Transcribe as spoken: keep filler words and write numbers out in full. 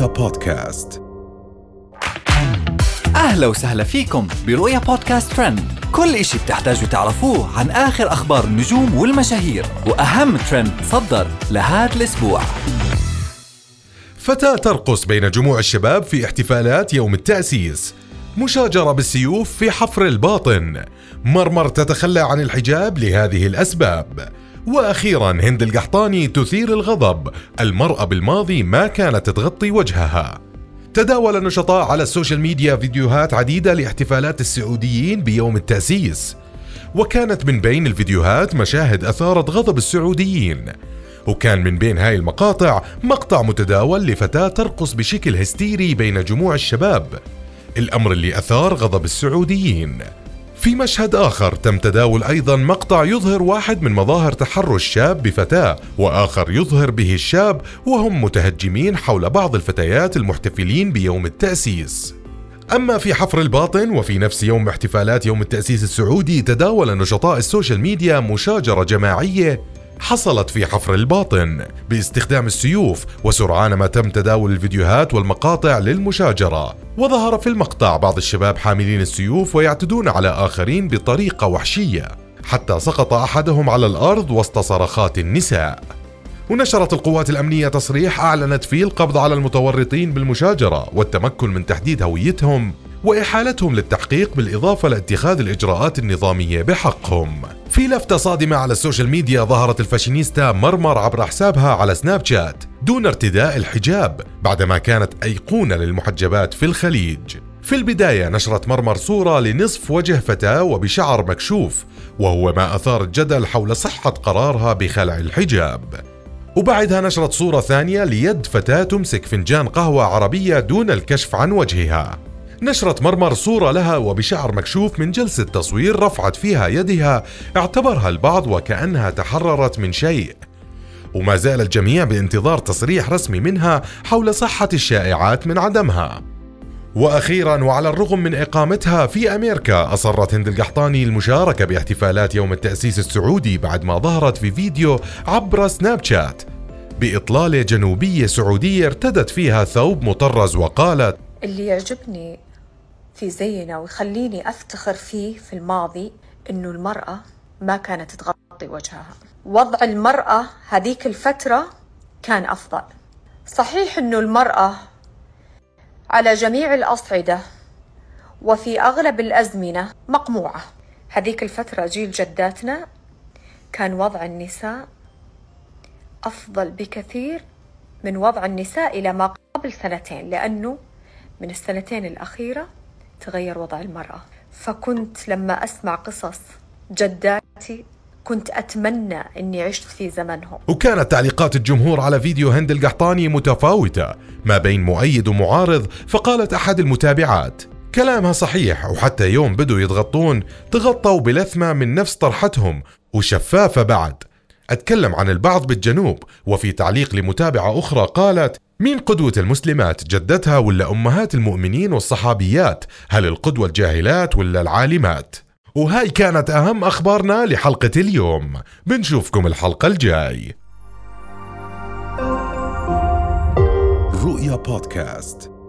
رؤيا بودكاست. أهلا وسهلا فيكم برؤيا بودكاست ترند. كل إشي بتحتاجوا تعرفوه عن آخر أخبار النجوم والمشاهير وأهم ترند صدر لهذا الأسبوع. فتاة ترقص بين جموع الشباب في احتفالات يوم التأسيس. مشاجرة بالسيوف في حفر الباطن. مرمر تتخلى عن الحجاب لهذه الأسباب. وأخيراً هند القحطاني تثير الغضب. المرأة بالماضي ما كانت تغطي وجهها. تداول النشطاء على السوشيال ميديا فيديوهات عديدة لاحتفالات السعوديين بيوم التأسيس، وكانت من بين الفيديوهات مشاهد أثارت غضب السعوديين. وكان من بين هاي المقاطع مقطع متداول لفتاة ترقص بشكل هستيري بين جموع الشباب، الأمر اللي أثار غضب السعوديين. في مشهد آخر تم تداول أيضا مقطع يظهر واحد من مظاهر تحرش شاب بفتاة، وآخر يظهر به الشاب وهم متهجمين حول بعض الفتيات المحتفلين بيوم التأسيس. أما في حفر الباطن وفي نفس يوم احتفالات يوم التأسيس السعودي، تداول نشطاء السوشيال ميديا مشاجرة جماعية حصلت في حفر الباطن باستخدام السيوف، وسرعان ما تم تداول الفيديوهات والمقاطع للمشاجرة. وظهر في المقطع بعض الشباب حاملين السيوف ويعتدون على آخرين بطريقة وحشية، حتى سقط أحدهم على الأرض وسط صرخات النساء. ونشرت القوات الأمنية تصريح أعلنت فيه القبض على المتورطين بالمشاجرة والتمكن من تحديد هويتهم وإحالتهم للتحقيق، بالإضافة لاتخاذ الإجراءات النظامية بحقهم. في لفتة صادمة على السوشيال ميديا، ظهرت الفاشينيستا مرمر عبر حسابها على سناب شات دون ارتداء الحجاب بعدما كانت أيقونة للمحجبات في الخليج. في البداية نشرت مرمر صورة لنصف وجه فتاة وبشعر مكشوف، وهو ما أثار الجدل حول صحة قرارها بخلع الحجاب. وبعدها نشرت صورة ثانية ليد فتاة تمسك فنجان قهوة عربية دون الكشف عن وجهها. نشرت مرمر صورة لها وبشعر مكشوف من جلسة تصوير رفعت فيها يدها، اعتبرها البعض وكأنها تحررت من شيء. وما زال الجميع بانتظار تصريح رسمي منها حول صحة الشائعات من عدمها. وأخيراً، وعلى الرغم من إقامتها في أمريكا، أصرت هند القحطاني المشاركة باحتفالات يوم التأسيس السعودي بعد ما ظهرت في فيديو عبر سناب شات بإطلالة جنوبية سعودية ارتدت فيها ثوب مطرز، وقالت: اللي يعجبني في زينا ويخليني أفتخر فيه في الماضي إنه المرأة ما كانت تغطي وجهها. وضع المرأة هذيك الفترة كان أفضل. صحيح إنه المرأة على جميع الأصعدة وفي أغلب الأزمنة مقموعة. هذيك الفترة جيل جداتنا كان وضع النساء أفضل بكثير من وضع النساء إلى ما قبل سنتين، لأنه من السنتين الأخيرة تغير وضع المرأة. فكنت لما أسمع قصص جداتي كنت أتمنى أني عشت في زمنهم. وكانت تعليقات الجمهور على فيديو هند القحطاني متفاوتة ما بين مؤيد ومعارض. فقالت أحد المتابعات: كلامها صحيح، وحتى يوم بدوا يتغطون تغطوا بلثمة من نفس طرحتهم وشفافة بعد. أتكلم عن البعض بالجنوب. وفي تعليق لمتابعة أخرى قالت: مين قدوة المسلمات، جدتها ولا أمهات المؤمنين والصحابيات؟ هل القدوة الجاهلات ولا العالمات؟ وهاي كانت أهم أخبارنا لحلقة اليوم. بنشوفكم الحلقة الجاي. رؤيا بودكاست.